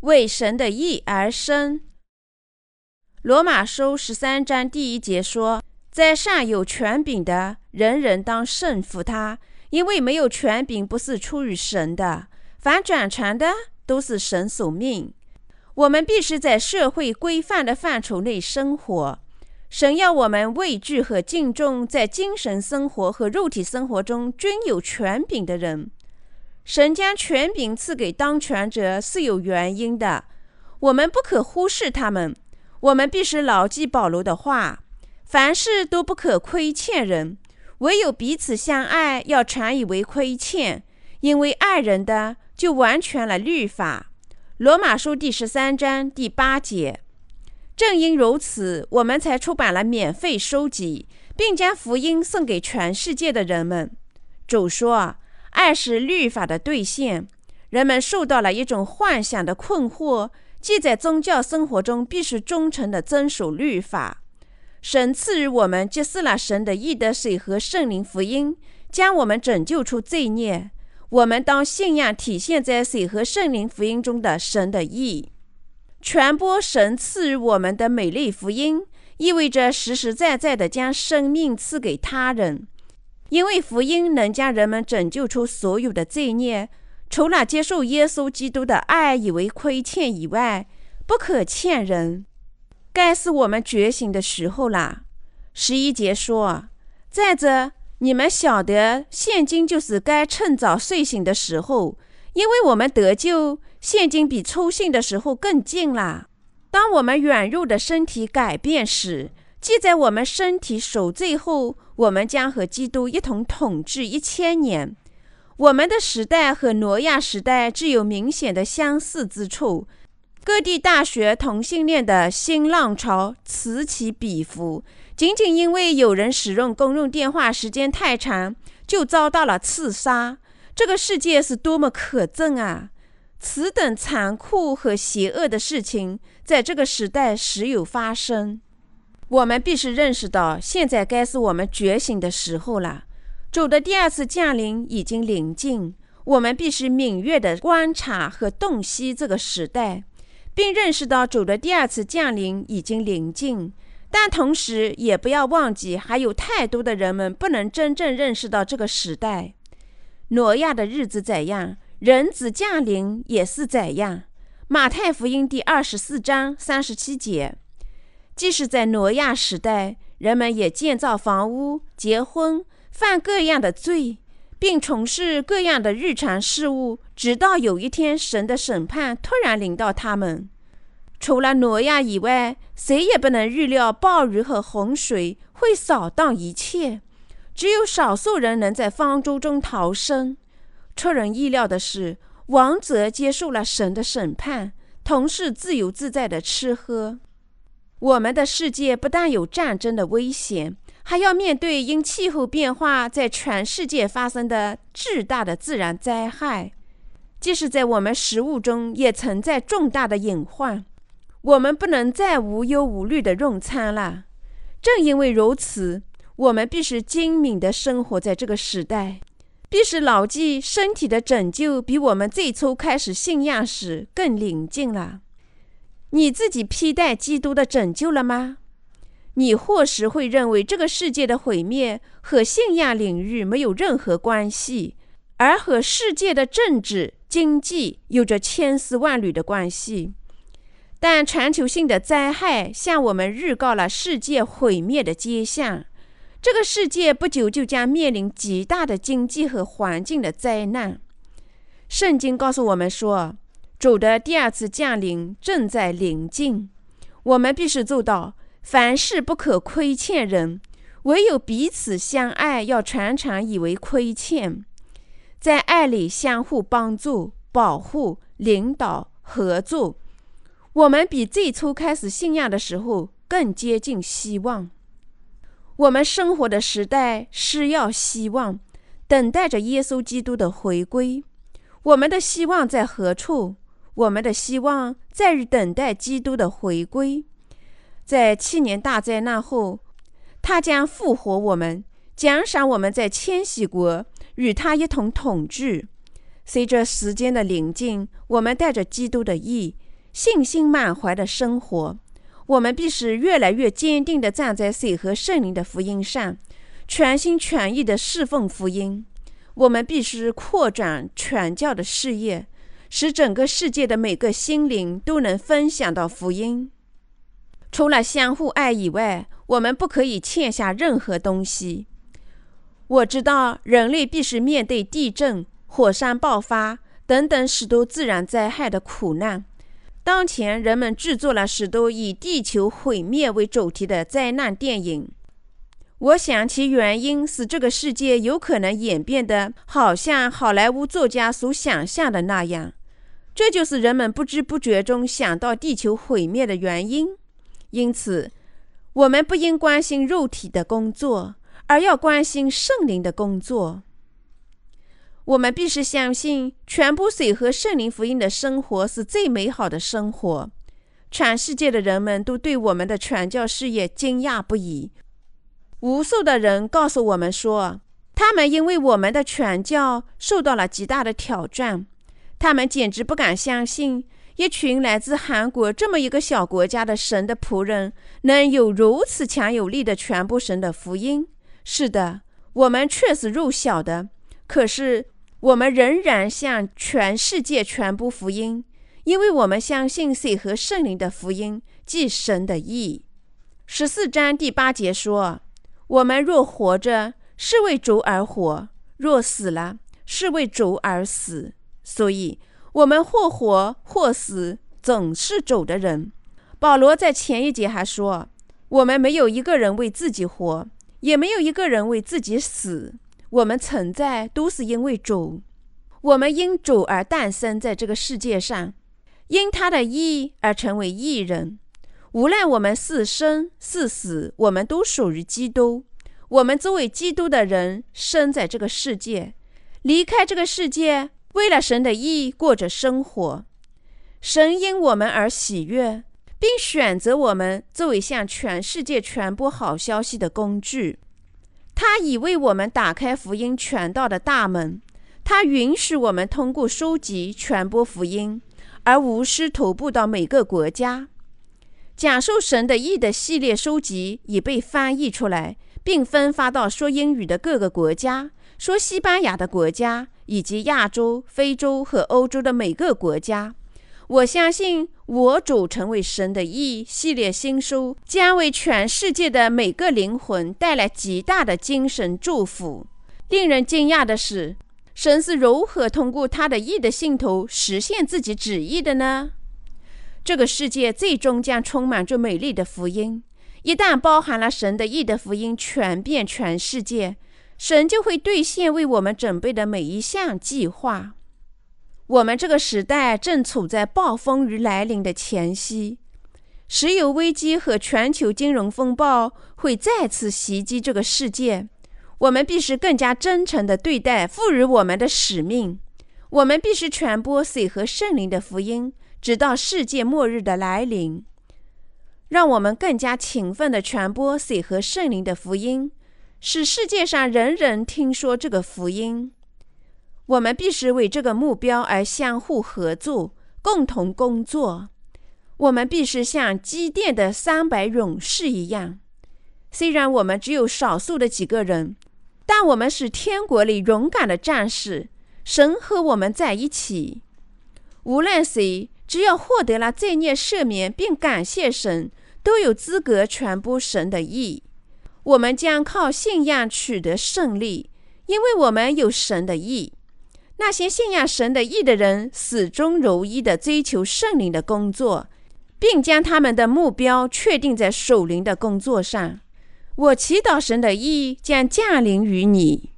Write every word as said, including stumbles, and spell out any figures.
为神的义而生。罗马书十三章第一节说，在上有权柄的，人人当顺服他，因为没有权柄不是出于神的，凡转传的都是神所命。我们必须在社会规范的范畴内生活。神要我们畏惧和敬重在精神生活和肉体生活中均有权柄的人。神将权柄赐给当权者是有原因的，我们不可忽视他们。我们必须牢记保罗的话，凡事都不可亏欠人，唯有彼此相爱，要常以为亏欠，因为爱人的就完全了律法。罗马书第十三章第八节。正因如此，我们才出版了免费书籍，并将福音送给全世界的人们。主说，爱是律法的兑现。人们受到了一种幻想的困惑，即在宗教生活中必须忠诚地遵守律法。神赐予我们揭示了神的义的水和圣灵福音，将我们拯救出罪孽。我们当信仰体现在水和圣灵福音中的神的义。传播神赐予我们的美丽福音，意味着实实在在地将生命赐给他人，因为福音能将人们拯救出所有的罪孽。除了接受耶稣基督的爱以为亏欠以外，不可欠人。该是我们觉醒的时候了。十一节说，再者，你们晓得现今就是该趁早睡醒的时候，因为我们得救现今比初信的时候更近了。当我们软弱的身体改变时，即在我们身体守罪后，我们将和基督一同统治一千年。我们的时代和挪亚时代具有明显的相似之处。各地大学同性恋的新浪潮此起彼伏，仅仅因为有人使用公用电话时间太长，就遭到了刺杀。这个世界是多么可憎啊！此等残酷和邪恶的事情在这个时代时有发生。我们必须认识到，现在该是我们觉醒的时候了。主的第二次降临已经临近，我们必须敏锐地观察和洞悉这个时代，并认识到主的第二次降临已经临近。但同时也不要忘记，还有太多的人们不能真正认识到这个时代。挪亚的日子怎样，人子降临也是怎样。马太福音第二十四章三十七节。即使在挪亚时代，人们也建造房屋、结婚、犯各样的罪，并从事各样的日常事务，直到有一天神的审判突然临到他们。除了挪亚以外，谁也不能预料暴雨和洪水会扫荡一切，只有少数人能在方舟中逃生。出人意料的是，王者接受了神的审判，同是自由自在的吃喝。我们的世界不但有战争的危险，还要面对因气候变化在全世界发生的巨大的自然灾害。即使在我们食物中也存在重大的隐患，我们不能再无忧无虑地用餐了。正因为如此，我们必须精明地生活在这个时代，必须牢记身体的拯救比我们最初开始信仰时更临近了。你自己披戴基督的拯救了吗？你或许会认为这个世界的毁灭和信仰领域没有任何关系，而和世界的政治、经济有着千丝万缕的关系。但全球性的灾害向我们预告了世界毁灭的迹象。这个世界不久就将面临极大的经济和环境的灾难。圣经告诉我们说，主的第二次降临正在临近。我们必须做到凡事不可亏欠人，唯有彼此相爱，要常常以为亏欠。在爱里相互帮助、保护、领导、合作，我们比最初开始信仰的时候更接近希望。我们生活的时代需要希望，等待着耶稣基督的回归。我们的希望在何处？我们的希望在于等待基督的回归。在七年大灾难后，他将复活我们，奖赏我们在千禧国与他一同统治。随着时间的临近，我们带着基督的义， 信心满怀的生活。我们必须越来越坚定地站在水和圣灵的福音上，全心全意地侍奉福音。我们必须扩展传教的事业，使整个世界的每个心灵都能分享到福音。除了相互爱以外，我们不可以欠下任何东西。我知道人类必须面对地震、火山爆发等等许多自然灾害的苦难。当前人们制作了许多以地球毁灭为主题的灾难电影，我想其原因是这个世界有可能演变得好像好莱坞作家所想象的那样，这就是人们不知不觉中想到地球毁灭的原因。因此，我们不应关心肉体的工作，而要关心圣灵的工作。我们必须相信，传播水和圣灵福音的生活是最美好的生活。全世界的人们都对我们的传教事业惊讶不已。无数的人告诉我们说，他们因为我们的传教受到了极大的挑战。他们简直不敢相信，一群来自韩国这么一个小国家的神的仆人，能有如此强有力的传播神的福音。是的，我们确实弱小的，可是我们仍然向全世界传播福音，因为我们相信水和圣灵的福音，即神的义。十四章第八节说，我们若活着，是为主而活；若死了，是为主而死。所以，我们或活或死，总是主的人。保罗在前一节还说，我们没有一个人为自己活，也没有一个人为自己死。我们存在都是因为主，我们因主而诞生在这个世界上，因他的义而成为义人。无论我们是生是死，我们都属于基督。我们作为基督的人，生在这个世界，离开这个世界，为了神的义过着生活。神因我们而喜悦，并选择我们作为向全世界传播好消息的工具。他已为我们打开福音传道的大门，他允许我们通过书籍传播福音，而无需徒步到每个国家。讲述神的义的系列书籍已被翻译出来，并分发到说英语的各个国家、说西班牙的国家，以及亚洲、非洲和欧洲的每个国家。我相信我主成为神的义系列新书将为全世界的每个灵魂带来极大的精神祝福。令人惊讶的是，神是如何通过他的义的信徒实现自己旨意的呢？这个世界最终将充满着美丽的福音。一旦包含了神的义的福音传遍全世界，神就会兑现为我们准备的每一项计划。我们这个时代正处在暴风雨来临的前夕，石油危机和全球金融风暴会再次袭击这个世界。我们必须更加真诚地对待赋予我们的使命。我们必须传播水和圣灵的福音，直到世界末日的来临。让我们更加勤奋地传播水和圣灵的福音，使世界上人人听说这个福音。我们必须为这个目标而相互合作，共同工作。我们必须像基甸的三百勇士一样，虽然我们只有少数的几个人，但我们是天国里勇敢的战士。神和我们在一起，无论谁，只要获得了罪孽赦免并感谢神，都有资格传播神的义。我们将靠信仰取得胜利，因为我们有神的义。那些信仰神的义的人始终如一地追求圣灵的工作，并将他们的目标确定在属灵的工作上。我祈祷神的义将降临于你。